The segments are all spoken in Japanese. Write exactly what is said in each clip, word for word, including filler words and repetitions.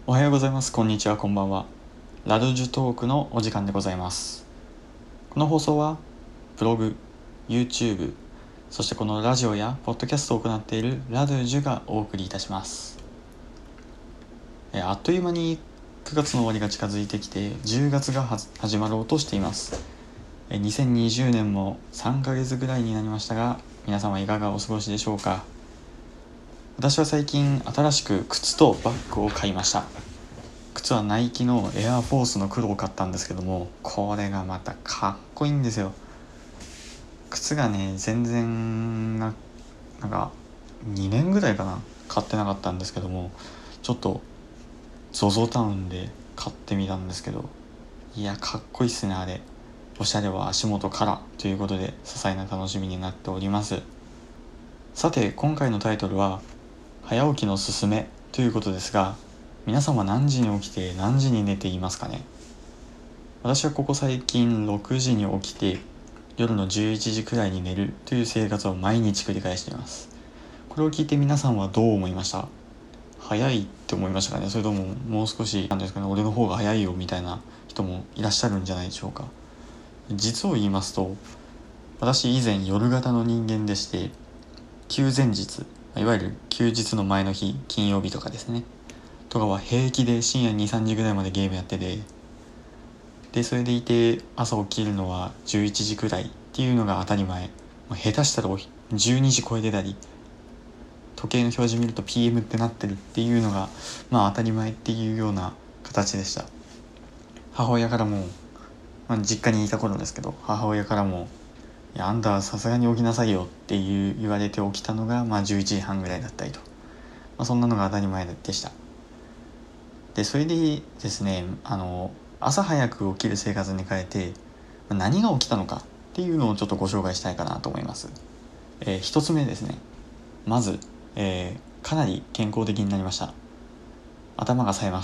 おはようございます。こんにちは。こんばんは。ラドジュトークのお時間でございます。この放送はブログ、YouTube、そしてこのラジオやポッドキャストを行っているラドジュがお送りいたします。えあっという間にくがつの終わりが近づいてきてじゅうがつが始まろうとしています。えにせんにじゅうねんもさんかげつぐらいになりましたが、皆さんはいかがお過ごしでしょうか。私は最近新しく靴とバッグを買いました。靴はナイキのエアフォースの黒を買ったんですけども、これがまたかっこいいんですよ。靴がね全然ななんかにねんぐらいかな買ってなかったんですけども、ちょっと ゾゾ タウンで買ってみたんですけど、いやかっこいいっすね。あれおしゃれは足元からということで、些細な楽しみになっております。さて今回のタイトルは早起きのすすめということですが、皆さんは何時に起きて何時に寝ていますかね。私はここ最近ろくじに起きて夜のじゅういちじくらいに寝るという生活を毎日繰り返しています。これを聞いて皆さんはどう思いました？早いって思いましたかね。それとももう少しなんですかね、俺の方が早いよみたいな人もいらっしゃるんじゃないでしょうか。実を言いますと、私以前夜型の人間でして、休前日、いわゆる休日の前の日、金曜日とかですねとかは平気で深夜に、さんじぐらいまでゲームやってて、でそれでいて朝起きるのはじゅういちじくらいっていうのが当たり前。下手したらじゅうにじ超えてたり、時計の表示見ると ピーエム ってなってるっていうのがまあ当たり前っていうような形でした。母親からも、まあ、実家にいた頃ですけど、母親からもいやあんたはさすがに起きなさいよっていう言われて起きたのがまあじゅういちじはんぐらいだったりと、まあ、そんなのが当たり前でした。でそれでですね、あの朝早く起きる生活に変えて何が起きたのかっていうのをちょっとご紹介したいかなと思います。えー、一つ目ですね。まず、えー、かなり健康的になりました。頭が冴えます。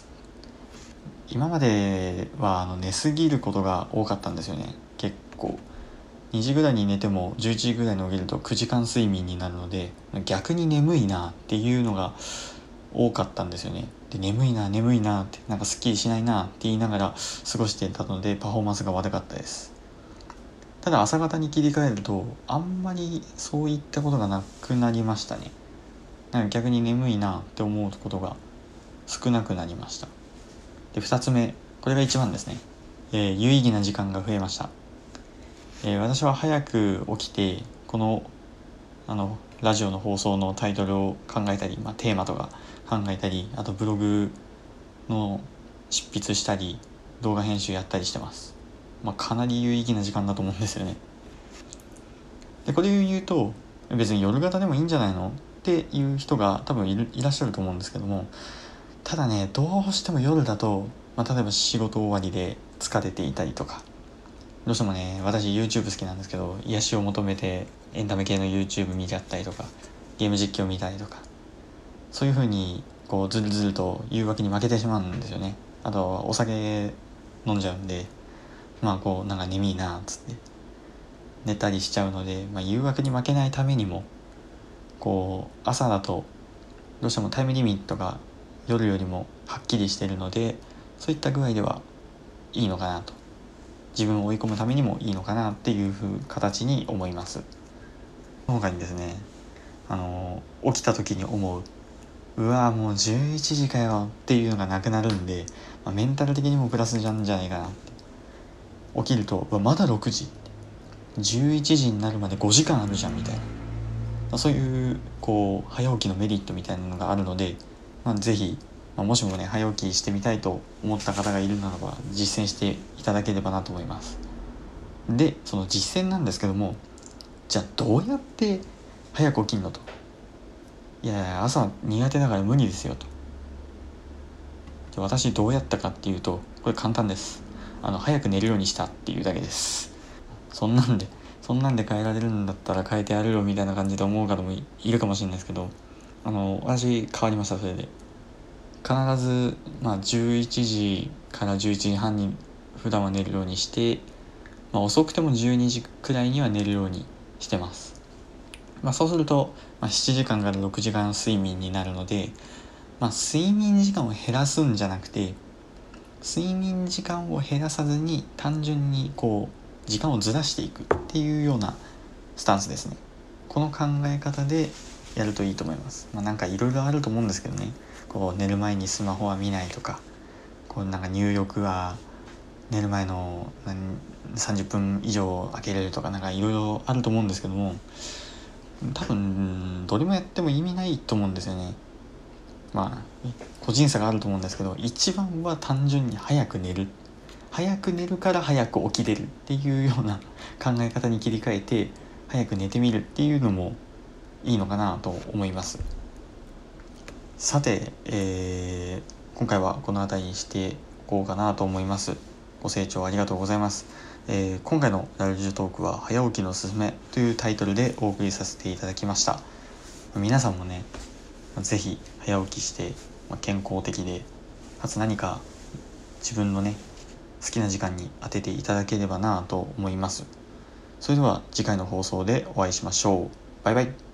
今まではあの寝すぎることが多かったんですよね。結構にじぐらいに寝てもじゅういちじぐらいに起きるとくじかん睡眠になるので、逆に眠いなっていうのが多かったんですよね。で眠いな眠いなって、なんかすっきりしないなって言いながら過ごしていたので、パフォーマンスが悪かったです。ただ朝方に切り替えるとあんまりそういったことがなくなりましたね。なんか逆に眠いなって思うことが少なくなりました。でふたつめ、これが一番ですね。えー、有意義な時間が増えました。えー、私は早く起きてこのあのラジオの放送のタイトルを考えたり、まあ、テーマとか考えたり、あとブログの執筆したり動画編集やったりしてます。まあ、かなり有意義な時間だと思うんですよね。でこれを言うと別に夜型でもいいんじゃないのっていう人が多分いるいらっしゃると思うんですけども、ただねどうしても夜だと、まあ、例えば仕事終わりで疲れていたりとか、どうしてもね私 YouTube 好きなんですけど、癒しを求めてエンタメ系の YouTube 見ちゃったりとか、ゲーム実況見たりとか、そういう風にこうずるずると誘惑に負けてしまうんですよね。あとはお酒飲んじゃうんで、まあこうなんか眠いなっつって寝たりしちゃうので、まあ、誘惑に負けないためにもこう朝だとどうしてもタイムリミットが夜よりもはっきりしているので、そういった具合ではいいのかなと、自分を追い込むためにもいいのかなっていう風形に思います。その他にですね、あの起きた時に思う、うわもうじゅういちじかよっていうのがなくなるんで、まあ、メンタル的にもプラスなんじゃないかなって。起きるとうわまだろくじ、じゅういちじになるまでごじかんあるじゃんみたいな、そういうこう早起きのメリットみたいなのがあるので、まあ、ぜひ、まあ、もしもね早起きしてみたいと思った方がいるならば実践していただければなと思います。でその実践なんですけども、じゃあどうやって早く起きるのと。いやいや朝苦手だから無理ですよと。で私どうやったかっていうと、これ簡単です。あの早く寝るようにしたっていうだけです。そんなんでそんなんで変えられるんだったら変えてやるよみたいな感じで思う方もいるかもしれないですけど、あの私変わりました。それで必ず、まあ、じゅういちじからじゅういちじはんに普段は寝るようにして、まあ、遅くてもじゅうにじくらいには寝るようにしてます。まあ、そうすると、まあ、しちじかんからろくじかん睡眠になるので、 まあ睡眠時間を減らすんじゃなくて、睡眠時間を減らさずに単純にこう時間をずらしていくっていうようなスタンスですね。この考え方でやるといいと思います。まあなんかいろいろあると思うんですけどね、こう寝る前にスマホは見ないとか、こうなんか入浴は寝る前のさんじゅっぷん以上空けれるとか、なんかいろいろあると思うんですけども、多分どれもやっても意味ないと思うんですよね。まあ個人差があると思うんですけど、一番は単純に早く寝る早く寝るから早く起きれるっていうような考え方に切り替えて早く寝てみるっていうのもいいのかなと思います。さて、えー、今回はこの辺りにしておこうかなと思います。ご清聴ありがとうございます。えー、今回のラジオトークは早起きのすすめというタイトルでお送りさせていただきました。皆さんもね、ぜひ早起きして健康的でかつ何か自分のね好きな時間に当てていただければなと思います。それでは次回の放送でお会いしましょう。バイバイ。